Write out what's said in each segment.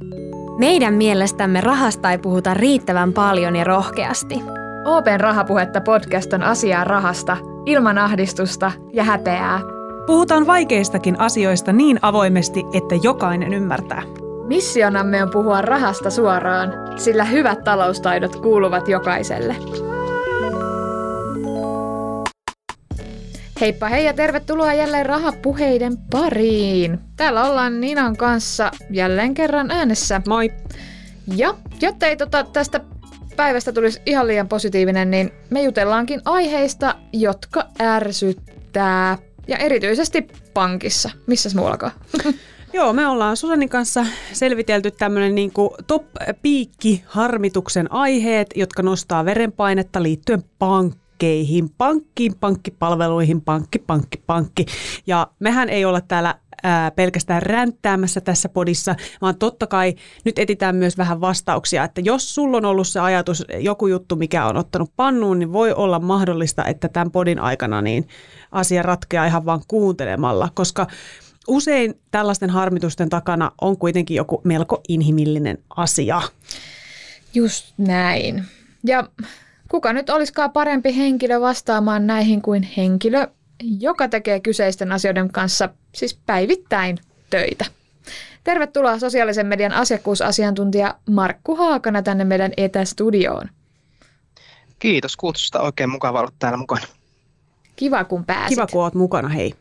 Meidän mielestämme rahasta ei puhuta riittävän paljon ja rohkeasti. OP:n Rahapuhetta podcast on asiaa rahasta, ilman ahdistusta ja häpeää. Puhutaan vaikeistakin asioista niin avoimesti, että jokainen ymmärtää. Missionamme on puhua rahasta suoraan, sillä hyvät taloustaidot kuuluvat jokaiselle. Heippa hei ja tervetuloa jälleen Rahapuheiden pariin. Täällä ollaan Ninan kanssa jälleen kerran äänessä. Moi! Ja jotta ei tästä päivästä tulisi ihan liian positiivinen, niin me jutellaankin aiheista, jotka ärsyttää. Ja erityisesti pankissa. Missäs muuallakaan? Joo, me ollaan Susannin kanssa selvitelty tämmöinen niinku top-piikki harmituksen aiheet, jotka nostaa verenpainetta liittyen pankkeihin, pankkipalveluihin, pankki. Ja mehän ei olla täällä pelkästään ränttäämässä tässä podissa, vaan totta kai nyt etsitään myös vähän vastauksia, että jos sulla on ollut se ajatus, joku juttu, mikä on ottanut pannuun, niin voi olla mahdollista, että tämän podin aikana niin asia ratkeaa ihan vaan kuuntelemalla, koska usein tällaisten harmitusten takana on kuitenkin joku melko inhimillinen asia. Just näin. Ja kuka nyt olisikaan parempi henkilö vastaamaan näihin kuin henkilö, joka tekee kyseisten asioiden kanssa siis päivittäin töitä. Tervetuloa sosiaalisen median asiakkuusasiantuntija Markku Haakana tänne meidän etästudioon. Kiitos kutsusta. Oikein mukava olla täällä mukana. Kiva kun pääsit. Kiva kun oot mukana, hei.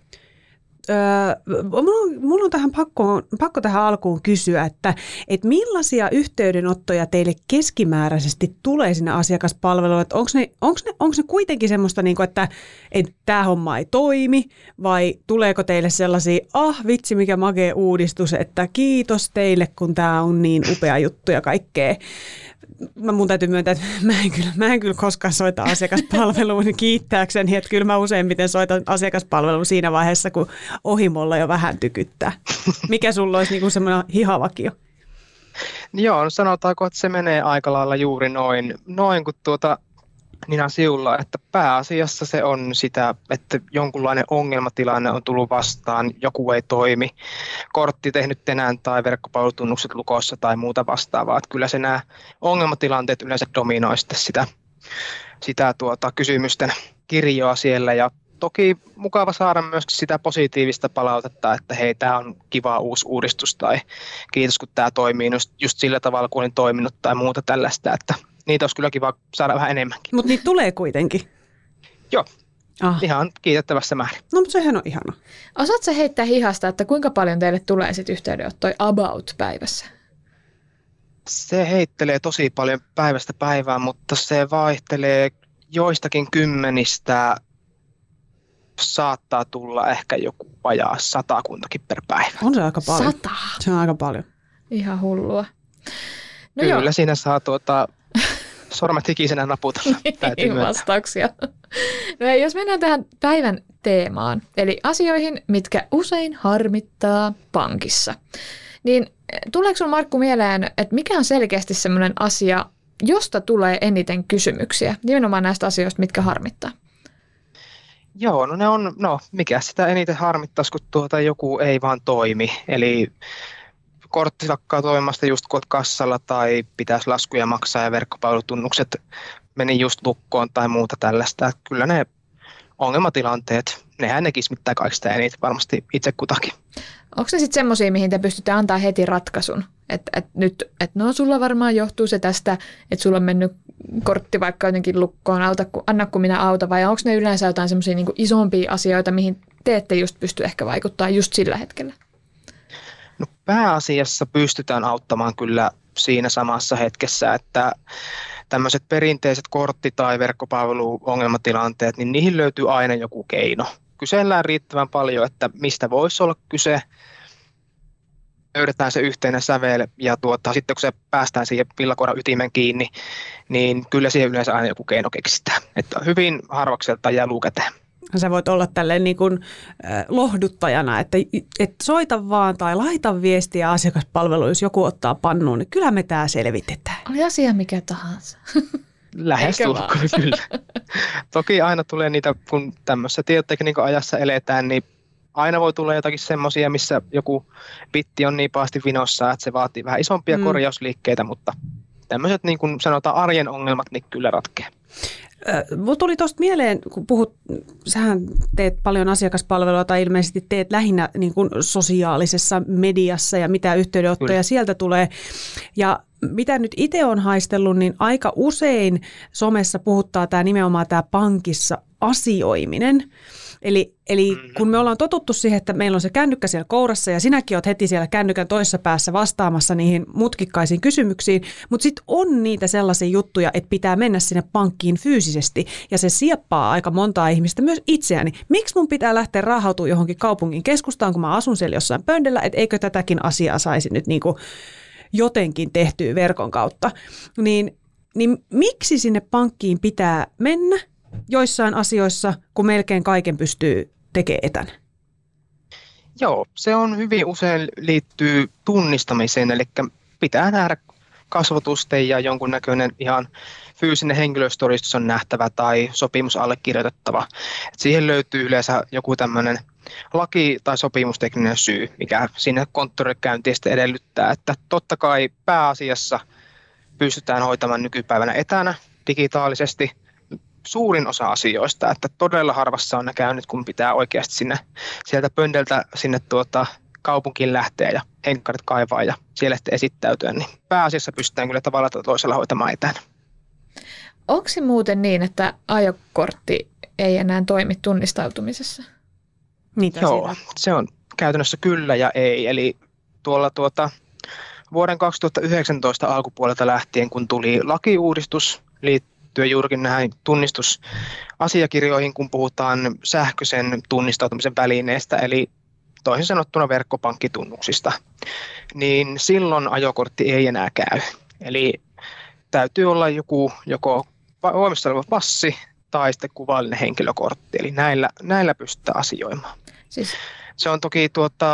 Mulla on tähän pakko tähän alkuun kysyä, että millaisia yhteydenottoja teille keskimääräisesti tulee sinne asiakaspalveluun? Onko ne kuitenkin semmoista, että tämä homma ei toimi, vai tuleeko teille sellaisia, vitsi mikä makea uudistus, että kiitos teille, kun tämä on niin upea juttu ja kaikkea. Mun täytyy myöntää, että mä en kyllä koskaan soita asiakaspalveluun kiittääkseni, että kyllä mä useimmiten soitan asiakaspalveluun siinä vaiheessa, kun ohimolla jo vähän tykyttää. Mikä sulla olisi niin kuin semmoinen hihavakio? Joo, no sanotaanko, että se menee aika lailla juuri noin kuin Nina siulla, että pääasiassa se on sitä, että jonkunlainen ongelmatilanne on tullut vastaan, joku ei toimi, kortti tehnyt tänään tai verkkopalvelutunnukset lukossa tai muuta vastaavaa. Että kyllä se nämä ongelmatilanteet yleensä dominoi sitä kysymysten kirjoa siellä ja toki mukava saada myös sitä positiivista palautetta, että hei, tämä on kiva uusi uudistus tai kiitos kun tämä toimii just sillä tavalla kuin olin toiminut tai muuta tällaista, että niitä olisi kyllä kiva saada vähän enemmänkin. Mutta niitä tulee kuitenkin? Joo, ihan kiitettävässä määrin. No, mutta sehän on ihana. Osaatko sä heittää hihasta, että kuinka paljon teille tulee sitten yhteydenottoja about päivässä? Se heittelee tosi paljon päivästä päivään, mutta se vaihtelee joistakin kymmenistä. Saattaa tulla ehkä joku vajaa 100 per päivä. On se aika paljon. 100? Se on aika paljon. Ihan hullua. No kyllä joo. Siinä saa sormet hikisenä naputella. Vastauksia. No jos mennään tähän päivän teemaan, eli asioihin, mitkä usein harmittaa pankissa, niin tuleeko sinulle Markku mieleen, että mikä on selkeästi sellainen asia, josta tulee eniten kysymyksiä, nimenomaan näistä asioista, mitkä harmittaa? Joo, no ne on, mikä sitä eniten harmittaisi, kun joku ei vaan toimi, eli kortti lakkaa toimimasta just kun olet kassalla tai pitäisi laskuja maksaa ja verkkopalvelutunnukset meni just lukkoon tai muuta tällaista. Kyllä ne ongelmatilanteet, nehän ne kismittää kaikista eniten varmasti itse kutakin. Onko se sitten semmoisia, mihin te pystytte antaa heti ratkaisun? Että sulla varmaan johtuu se tästä, että sulla on mennyt kortti vaikka jotenkin lukkoon, anna kun minä auta, vai onko ne yleensä jotain semmoisia niin kuin isompia asioita, mihin te ette just pysty ehkä vaikuttaa just sillä hetkellä? No pääasiassa pystytään auttamaan kyllä siinä samassa hetkessä, että tämmöiset perinteiset kortti- tai verkkopalvelu-ongelmatilanteet, niin niihin löytyy aina joku keino. Kysellään riittävän paljon, että mistä voisi olla kyse, löydetään se yhteinen sävel ja sitten kun se päästään siihen villakoiran ytimen kiinni, niin kyllä siihen yleensä aina joku keino keksitään. Että hyvin harvakselta jää luukäteen. Sä voit olla tälleen niin kuin lohduttajana, että soita vaan tai laita viestiä asiakaspalveluun, jos joku ottaa pannuun, niin kyllä me tää selvitetään. Oli asia mikä tahansa. Lähestulkoon kyllä. Toki aina tulee niitä, kun tämmöisessä tietotekniikan ajassa eletään, niin aina voi tulla jotakin semmoisia, missä joku bitti on niin pahasti vinossa, että se vaatii vähän isompia korjausliikkeitä, mutta tämmöiset niin kuin sanotaan arjen ongelmat, niin kyllä ratkeaa. Mulla tuli tuosta mieleen, kun sähän teet paljon asiakaspalvelua tai ilmeisesti teet lähinnä niin kuin sosiaalisessa mediassa ja mitä yhteydenottoja sieltä tulee. Ja mitä nyt itse olen haistellut, niin aika usein somessa puhuttaa nimenomaan tämä pankissa asioiminen. Eli kun me ollaan totuttu siihen, että meillä on se kännykkä siellä kourassa ja sinäkin oot heti siellä kännykän toisessa päässä vastaamassa niihin mutkikkaisiin kysymyksiin, mutta sitten on niitä sellaisia juttuja, että pitää mennä sinne pankkiin fyysisesti ja se sieppaa aika montaa ihmistä, myös itseäni. Miksi mun pitää lähteä raahautumaan johonkin kaupungin keskustaan, kun mä asun siellä jossain pöndellä, että eikö tätäkin asiaa saisi nyt niinku jotenkin tehtyä verkon kautta. Niin miksi sinne pankkiin pitää mennä joissain asioissa, kun melkein kaiken pystyy tekemään etänä? Joo, se on hyvin usein liittyy tunnistamiseen, eli pitää nähdä kasvotusten ja jonkunnäköinen ihan fyysinen henkilöstodistus on nähtävä tai sopimus allekirjoitettava. Et siihen löytyy yleensä joku tämmöinen laki- tai sopimustekninen syy, mikä sinne konttorikäyntiä edellyttää, että totta kai pääasiassa pystytään hoitamaan nykypäivänä etänä digitaalisesti suurin osa asioista, että todella harvassa on ne käynyt, kun pitää oikeasti sieltä pöndeltä sinne kaupunkiin lähteä ja henkkarit kaivaa ja siellä sitten esittäytyä, niin pääasiassa pystytään kyllä tavalla tai toisella hoitamaan etänä. Onko se muuten niin, että ajokortti ei enää toimi tunnistautumisessa? Joo, se on käytännössä kyllä ja ei. Eli tuolla vuoden 2019 alkupuolelta lähtien, kun tuli lakiuudistus liittyen juurikin näihin tunnistusasiakirjoihin, kun puhutaan sähköisen tunnistautumisen välineestä, eli toisin sanottuna verkkopankkitunnuksista, niin silloin ajokortti ei enää käy. Eli täytyy olla joko voimassa oleva passi tai sitten kuvallinen henkilökortti, eli näillä pystytään asioimaan. Siis Se on toki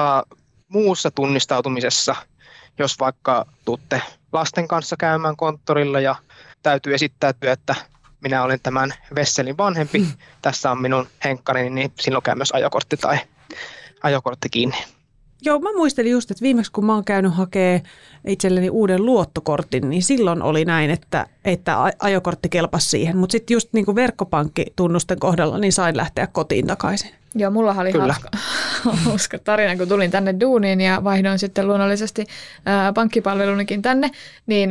muussa tunnistautumisessa, jos vaikka tuutte lasten kanssa käymään konttorilla ja täytyy esittäytyä, että minä olen tämän Vesselin vanhempi, tässä on minun henkkarini, niin silloin käy myös ajokortti tai ajokortti kiinni. Joo, mä muistelin just, että viimeksi kun mä oon käynyt hakemaan itselleni uuden luottokortin, niin silloin oli näin, että ajokortti kelpasi siihen. Mutta sitten just niin kuin verkkopankkitunnusten kohdalla, niin sain lähteä kotiin takaisin. Joo, mullahan oli hauska tarina, kun tulin tänne duuniin ja vaihdoin sitten luonnollisesti pankkipalvelunikin tänne, niin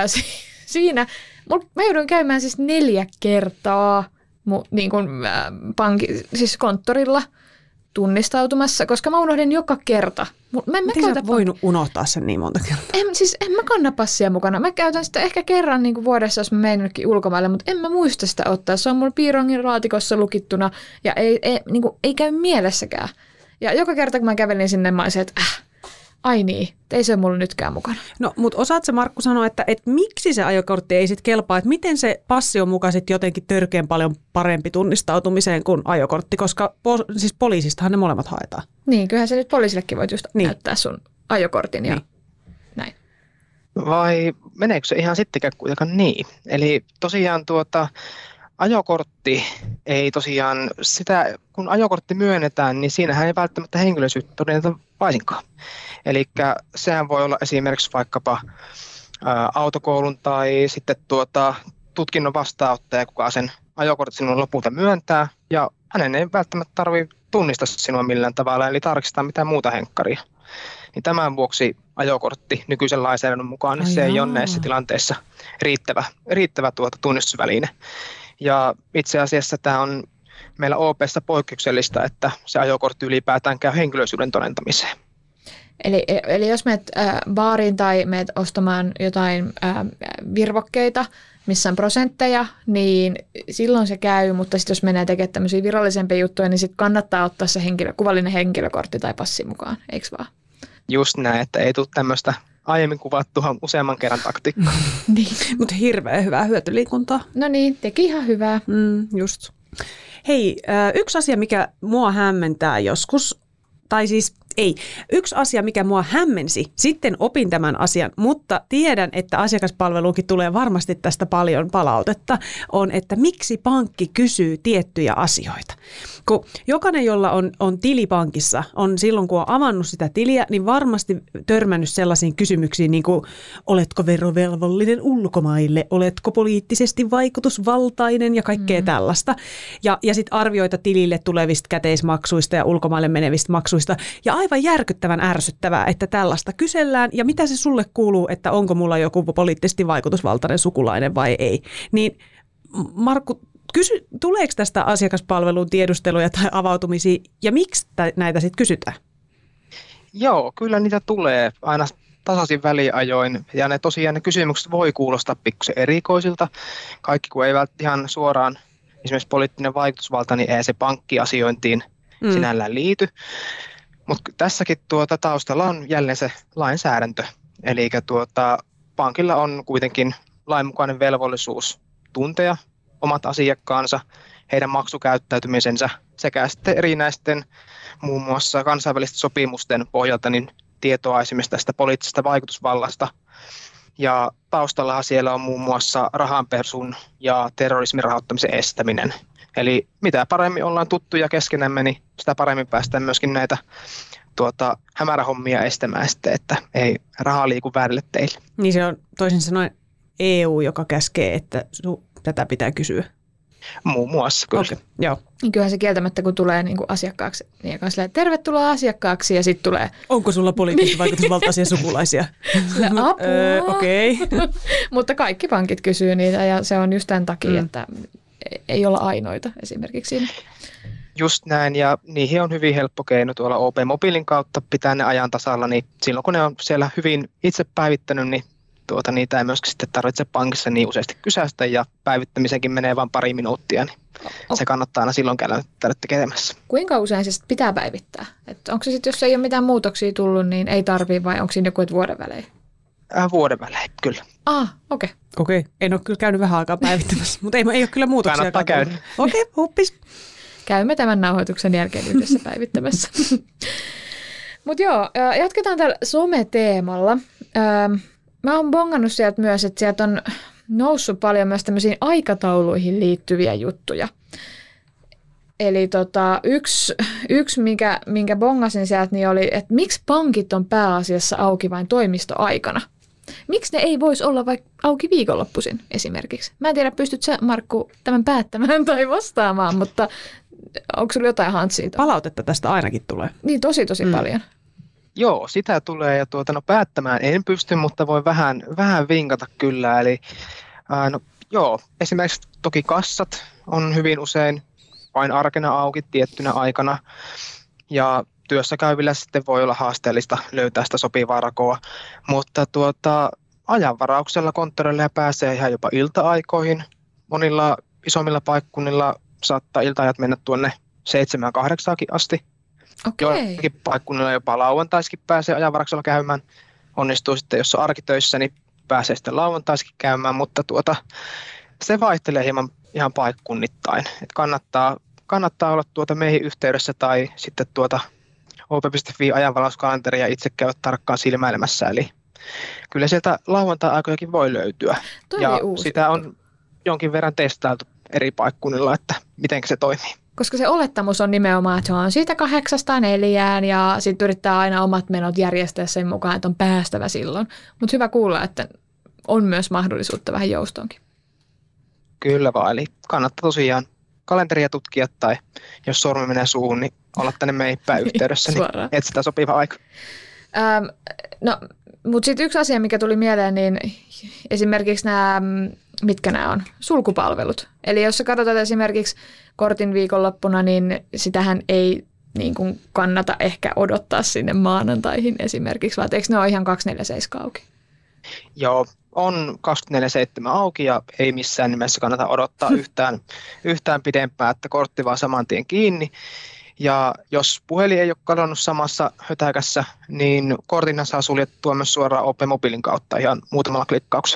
siinä mä joudun käymään siis 4 kertaa niin kuin, siis konttorilla tunnistautumassa, koska mä unohdin joka kerta. Miten sä oot voinut unohtaa sen niin monta kertaa? En mä kanna passia mukana. Mä käytän sitä ehkä kerran niin kuin vuodessa, jos mä menen jonnekin ulkomaille, mutta en mä muista sitä ottaa. Se on mun piirongin laatikossa lukittuna ja ei käy mielessäkään. Ja joka kerta, kun mä kävelin sinne, mä olisin, että ai niin, ei se ole mulla nytkään mukana. No, mutta osaat sä, Markku, sanoa, että miksi se ajokortti ei sitten kelpaa, että miten se passi on mukaan sitten jotenkin törkeän paljon parempi tunnistautumiseen kuin ajokortti, koska siis poliisistahan ne molemmat haetaan. Niin, kyllähän se nyt poliisillekin voit just näyttää sun ajokortin ja näin. Vai meneekö se ihan sittenkään kuitenkaan niin? Eli tosiaan ajokortti ei tosiaan, kun ajokortti myönnetään, niin siinähän ei välttämättä henkilöllisyyttä todenneta laisinkaan. Eli sehän voi olla esimerkiksi vaikkapa autokoulun tai sitten tutkinnon vastaanottaja, kuka sen ajokortin sinun lopulta myöntää, ja hänen ei välttämättä tarvitse tunnistaa sinua millään tavalla, eli tarkistaa mitään muuta henkkaria. Niin tämän vuoksi ajokortti nykyisen lainsäädännön mukaan, niin se ei ole näissä tilanteissa riittävä tunnistusväline. Ja itse asiassa tämä on meillä OP:ssa poikkeuksellista, että se ajokortti ylipäätään käy henkilöllisyyden todentamiseen. Eli jos menet baariin tai menet ostamaan jotain virvokkeita, missä on prosentteja, niin silloin se käy, mutta sitten jos menee tekemään tämmöisiä virallisempia juttuja, niin sitten kannattaa ottaa se kuvallinen henkilökortti tai passi mukaan, eikö vaan? Just näin, että ei tule tämmöistä aiemmin kuvattua useamman kerran taktiikkaa. Niin. Mutta hirveän hyvää hyötyliikuntaa. No niin, teki ihan hyvää. Just. Hei, yksi asia, mikä mua hämmentää joskus, tai siis Ei. Yksi asia, mikä mua hämmensi, sitten opin tämän asian, mutta tiedän, että asiakaspalveluunkin tulee varmasti tästä paljon palautetta, on, että miksi pankki kysyy tiettyjä asioita. Kun jokainen, jolla on tili pankissa, on silloin, kun on avannut sitä tiliä, niin varmasti törmännyt sellaisiin kysymyksiin, niin kuin oletko verovelvollinen ulkomaille, oletko poliittisesti vaikutusvaltainen ja kaikkea tällaista. Ja sitten arvioita tilille tulevista käteismaksuista ja ulkomaille menevistä maksuista. Ja aivan järkyttävän ärsyttävää, että tällaista kysellään. Ja mitä se sulle kuuluu, että onko mulla joku poliittisesti vaikutusvaltainen sukulainen vai ei. Niin Markku, tuleeko tästä asiakaspalvelun tiedusteluja tai avautumisia ja miksi näitä sitten kysytään? Joo, kyllä niitä tulee aina tasaisin väliajoin ja ne kysymykset voi kuulostaa pikkusen erikoisilta. Kaikki kun ei välttämättä ihan suoraan esimerkiksi poliittinen vaikutusvalta, niin ei se pankkiasiointiin sinällään liity. Mutta tässäkin taustalla on jälleen se lainsäädäntö. Eli pankilla on kuitenkin lainmukainen velvollisuus tuntea omat asiakkaansa, heidän maksukäyttäytymisensä sekä sitten erinäisten muun muassa kansainvälisten sopimusten pohjalta niin tietoa esimerkiksi tästä poliittisesta vaikutusvallasta. Ja taustallahan siellä on muun muassa rahanpesun ja terrorismin rahoittamisen estäminen. Eli mitä paremmin ollaan tuttuja keskenämme, niin sitä paremmin päästään myöskin näitä hämärähommia estämään sitten, että ei rahaa liiku väärille teille. Niin se on toisin sanoen EU, joka käskee, että tätä pitää kysyä. Muun muassa, kyllä. Okay, joo. Kyllähän se kieltämättä, kun tulee niin kuin asiakkaaksi, niin silleen, tervetuloa asiakkaaksi ja sitten tulee... Onko sulla poliittisesti vaikutusvaltaisia sukulaisia? Apua. Okei. Mutta kaikki pankit kysyy niitä ja se on just tämän takia, että ei olla ainoita esimerkiksi siinä. Just näin, ja niihin on hyvin helppo keino tuolla OP-mobiilin kautta pitää ne ajan tasalla, niin silloin kun ne on siellä hyvin itse päivittänyt, niin niitä ei myöskään sitten tarvitse pankissa niin useasti kysäistä, ja päivittämisenkin menee vain pari minuuttia, niin se kannattaa aina silloin käydä tekemässä. Kuinka usein se sitten pitää päivittää? Että onko se sitten, jos ei ole mitään muutoksia tullut, niin ei tarvitse, vai onko siinä joku vuoden välein? Vuoden välein, kyllä. Okei. Okei, en ole kyllä käynyt vähän aikaa päivittämässä, mutta ei ole kyllä muutoksia. Kannattaa käydä. Okei, huppis. Käymme tämän nauhoituksen jälkeen yhdessä päivittämässä. Mutta joo, jatketaan tällä someteemalla. Mä oon bongannut sieltä myös, että sieltä on noussut paljon myös tämmöisiin aikatauluihin liittyviä juttuja. Eli yksi minkä bongasin sieltä, niin oli, että miksi pankit on pääasiassa auki vain toimistoaikana? Miksi ne ei voisi olla vaikka auki viikonloppuisin esimerkiksi? Mä en tiedä, pystyt sä, Markku, tämän päättämään tai vastaamaan, mutta onko sulla jotain hantsia? Palautetta tästä ainakin tulee. Niin, tosi paljon. Joo, sitä tulee ja päättämään en pysty, mutta voi vähän vinkata kyllä. Eli esimerkiksi toki kassat on hyvin usein vain arkena auki tiettynä aikana ja työssä käyvillä sitten voi olla haasteellista löytää sitä sopivaa rakoa, mutta ajanvarauksella konttoreille pääsee ihan jopa ilta-aikoihin. Monilla isommilla paikkunnilla saattaa ilta-ajat mennä tuonne 7-8 asti. Joillakin paikkunnilla jopa lauantaiskin pääsee ajanvarauksella käymään. Onnistuu sitten, jos on arkitöissä, niin pääsee sitten lauantaiskin käymään, mutta se vaihtelee hieman ihan paikkunnittain. Et kannattaa olla meihin yhteydessä tai sitten op.fi ajanvarauskalenteria itse käydä tarkkaan silmäilemässä. Eli kyllä sieltä lauantai-aikojakin voi löytyä. Ja sitä on jonkin verran testailtu eri paikkunnilla, että miten se toimii. Koska se olettamus on nimenomaan, että se on siitä 8-4 ja sitten yrittää aina omat menot järjestää sen mukaan, että on päästävä silloin. Mutta hyvä kuulla, että on myös mahdollisuutta vähän joustoonkin. Kyllä vaan, eli kannattaa tosiaan kalenteria tutkia tai jos sormi menee suuhun, niin olla tänne meihin yhteydessä, niin etsitään sopiva aika. Mutta sitten yksi asia, mikä tuli mieleen, niin esimerkiksi mitkä nämä on? Sulkupalvelut. Eli jos sä katsotaan esimerkiksi kortin viikonloppuna, niin sitähän ei niin kuin kannata ehkä odottaa sinne maanantaihin esimerkiksi, vaan eikö ne ole ihan 24/7 auki? Joo, on 24/7 auki ja ei missään nimessä kannata odottaa yhtään pidempään, että kortti vaan saman tien kiinni. Ja jos puhelin ei ole kadonnut samassa hötäkässä, niin kortin saa suljettua myös suoraan OP-mobiilin kautta ihan muutamalla klikkauksella.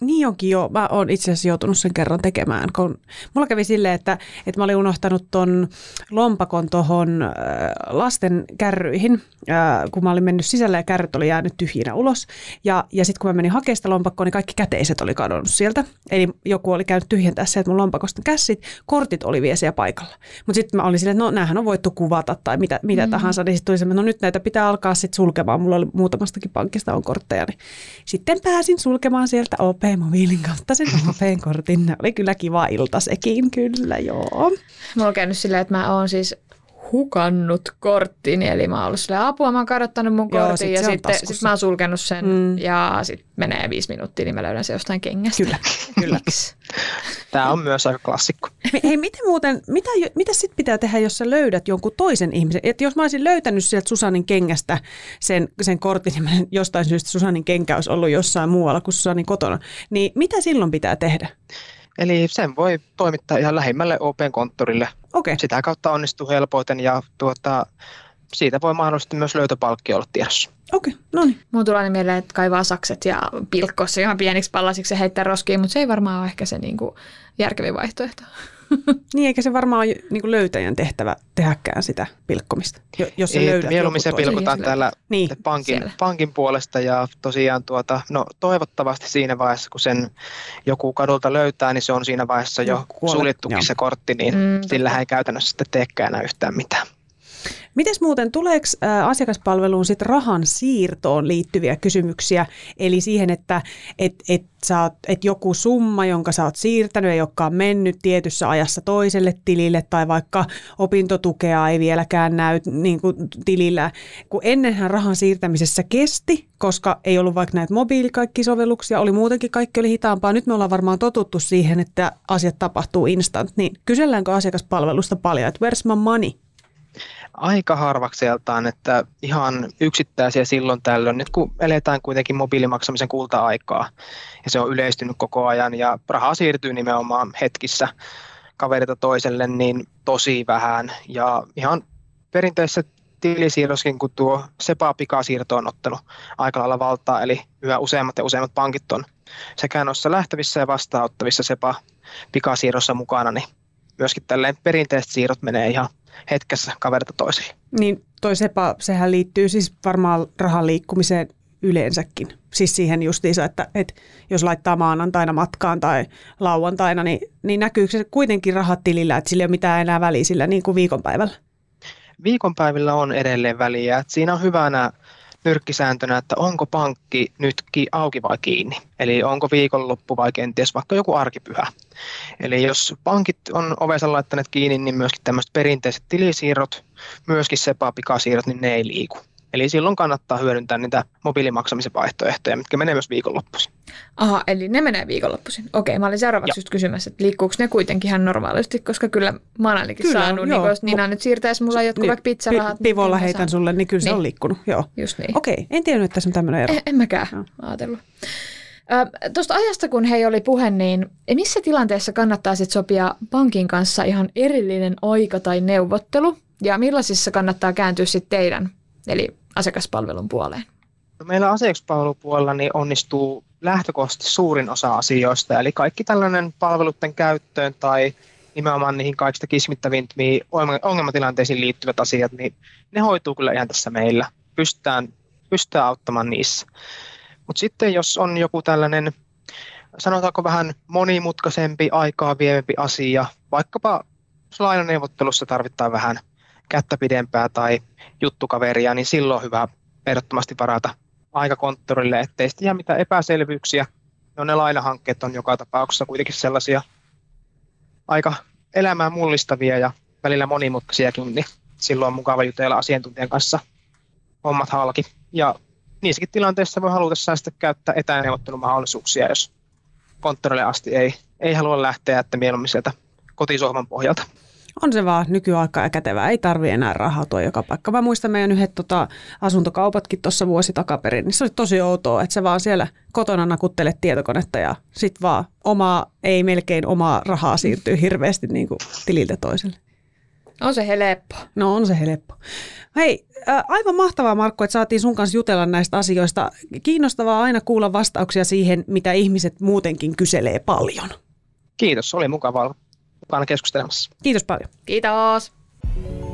Niin onkin jo. Mä oon itse asiassa joutunut sen kerran tekemään, kun mulla kävi silleen, että mä olin unohtanut ton lompakon tohon lasten kärryihin, kun mä olin mennyt sisälle ja kärryt oli jäänyt tyhjinä ulos. Ja sitten kun mä menin hakemaan sitä lompakkoa, niin kaikki käteiset oli kadonnut sieltä. Eli joku oli käynyt tyhjentää sieltä mun lompakosta kässit, kortit oli vielä siellä paikalla. Mutta sitten mä olin silleen, että no näähän on voitu kuvata tai mitä tahansa. Niin sitten tuli semmoinen, no nyt näitä pitää alkaa sitten sulkemaan. Mulla oli muutamastakin pankista on kortteja, niin sitten pääsin sulkemaan sieltä OP-mobiilin kautta sen OP-kortin. Ne oli kyllä kiva ilta sekin, kyllä joo. Mulla on käynyt silleen, että mä oon siis hukannut korttini, eli mä oon ollut silleen, apua, mä oon kadottanut mun kortin ja sitten mä oon sulkenut sen ja sitten menee 5 minuuttia, niin mä löydän se jostain kengästä. Kyllä. Tämä on myös aika klassikko. Hei, mitä sitten pitää tehdä, jos sä löydät jonkun toisen ihmisen? Että jos mä olisin löytänyt sieltä Susanin kengästä sen kortin, niin jostain syystä Susanin kenkä olisi ollut jossain muualla kuin Susanin kotona, niin mitä silloin pitää tehdä? Eli sen voi toimittaa ihan lähimmälle OP-konttorille. Okay. Sitä kautta onnistuu helpoiten ja siitä voi mahdollisesti myös löytöpalkki olla tiedossa. Okei, no niin. Mun tulee mieleen, että kaivaa sakset ja pilkkoa se ihan pieniksi pallasiksi ja heittää roskiin, mutta se ei varmaan ole ehkä se niinku järkevin vaihtoehto. Niin, eikä se varmaan ole niinku löytäjän tehtävä tehdäkään sitä pilkkomista. Jos se löydät mieluummin se pilkotaan täällä pankin puolesta ja tosiaan toivottavasti siinä vaiheessa, kun sen joku kadulta löytää, niin se on siinä vaiheessa jo suljettukin se kortti, niin sillä ei käytännössä sitten teekään enää yhtään mitään. Mites muuten, tuleeko asiakaspalveluun sit rahan siirtoon liittyviä kysymyksiä, eli siihen, että joku summa, jonka sä oot siirtänyt, ei olekaan mennyt tietyssä ajassa toiselle tilille, tai vaikka opintotukea ei vieläkään näy niin kuin tilillä, kun ennenhän rahan siirtämisessä kesti, koska ei ollut vaikka näitä mobiilikaikkisovelluksia, oli muutenkin kaikki oli hitaampaa, nyt me ollaan varmaan totuttu siihen, että asiat tapahtuu instant, niin kyselläänkö asiakaspalvelusta paljon, että where's my money? Aika harvakseltaan, että ihan yksittäisiä silloin tällöin, nyt kun eletään kuitenkin mobiilimaksamisen kulta-aikaa ja se on yleistynyt koko ajan ja rahaa siirtyy nimenomaan hetkissä kaverilta toiselle, niin tosi vähän ja ihan perinteisessä tilisiirroskin, kun tuo SEPA-pikasiirto on ottanut aika lailla valtaa, eli yhä useammat ja useammat pankit on sekä noissa lähtevissä ja vastaanottavissa SEPA-pikasiirrossa mukana, niin myöskin tälleen perinteiset siirrot menee ihan hetkessä kaverilta toiselle. Niin toi SEPA, sehän liittyy siis varmaan rahan liikkumiseen yleensäkin. Siis siihen justiinsa, että jos laittaa maanantaina matkaan tai lauantaina, niin näkyykö se kuitenkin rahat tilillä, että sillä ei ole mitään enää väliä sillä niin kuin viikonpäivällä? Viikonpäivillä on edelleen väliä. Että siinä on hyvänä nyrkkisääntönä, että onko pankki nyt auki vai kiinni. Eli onko viikonloppu vai kenties vaikka joku arkipyhä. Eli jos pankit on ovensa laittaneet kiinni, niin myöskin tämmöiset perinteiset tilisiirrot, myöskin SEPA-pikasiirrot, niin ne ei liiku. Eli silloin kannattaa hyödyntää niitä mobiilimaksamisen vaihtoehtoja, mitkä menee myös viikonloppuisin. Aha, eli ne menee viikonloppuisin. Okei, mä olin seuraavaksi just kysymässä, että liikkuuko ne kuitenkin ihan normaalisti, koska kyllä mä oon ainakin saanut, niin jos Nina nyt siirtäisi mulla jotkut vaikka pizzarahat. Pivolla heitän sulle, niin kyllä se on liikkunut. Joo. Just niin. Okei, en tiennyt, että tässä on tämmöinen ero. En mäkään ajatellut. Tuosta ajasta, kun hei oli puhe, niin missä tilanteessa kannattaa sit sopia pankin kanssa ihan erillinen aika tai neuvottelu? Ja millaisissa kannattaa kääntyä sitten teidän, eli asiakaspalvelun puoleen? No meillä asiakaspalvelupuolella niin onnistuu lähtökohtaisesti suurin osa asioista, eli kaikki tällainen palveluiden käyttöön tai nimenomaan niihin kaikista kismittävimpiin ongelmatilanteisiin liittyvät asiat, niin ne hoituu kyllä ihan tässä meillä. Pystytään auttamaan niissä. Mutta sitten jos on joku tällainen, sanotaanko vähän monimutkaisempi, aikaa vievempi asia, vaikkapa lainaneuvottelussa tarvitaan vähän kättä pidempää tai juttukaveria, niin silloin on hyvä ehdottomasti varata aikakonttorille, ettei sitten jää mitään epäselvyyksiä. No ne lainahankkeet on joka tapauksessa kuitenkin sellaisia aika elämää mullistavia ja välillä monimutkaisiakin, niin silloin on mukava jutella asiantuntijan kanssa hommat halki. Ja niissäkin tilanteissa voi halutessaan sitten käyttää etäneuvottelumahdollisuuksia, jos konttorille asti ei halua lähteä, että mieluummin sieltä kotisohvan pohjalta. On se vaan nykyaikaa ja kätevää, ei tarvitse enää rahautua joka paikka. Mä muistan meidän yhdet asuntokaupatkin tuossa vuosi takaperin, niin se oli tosi outoa, että sä vaan siellä kotona nakuttelet tietokonetta ja sit vaan melkein omaa rahaa siirtyy hirveästi niin kuin tililtä toiselle. On se helppo. No on se helppo. Hei, aivan mahtavaa Markku, että saatiin sun kanssa jutella näistä asioista. Kiinnostavaa aina kuulla vastauksia siihen, mitä ihmiset muutenkin kyselee paljon. Kiitos, oli mukavaa keskustelemässä. Kiitos paljon. Kiitos.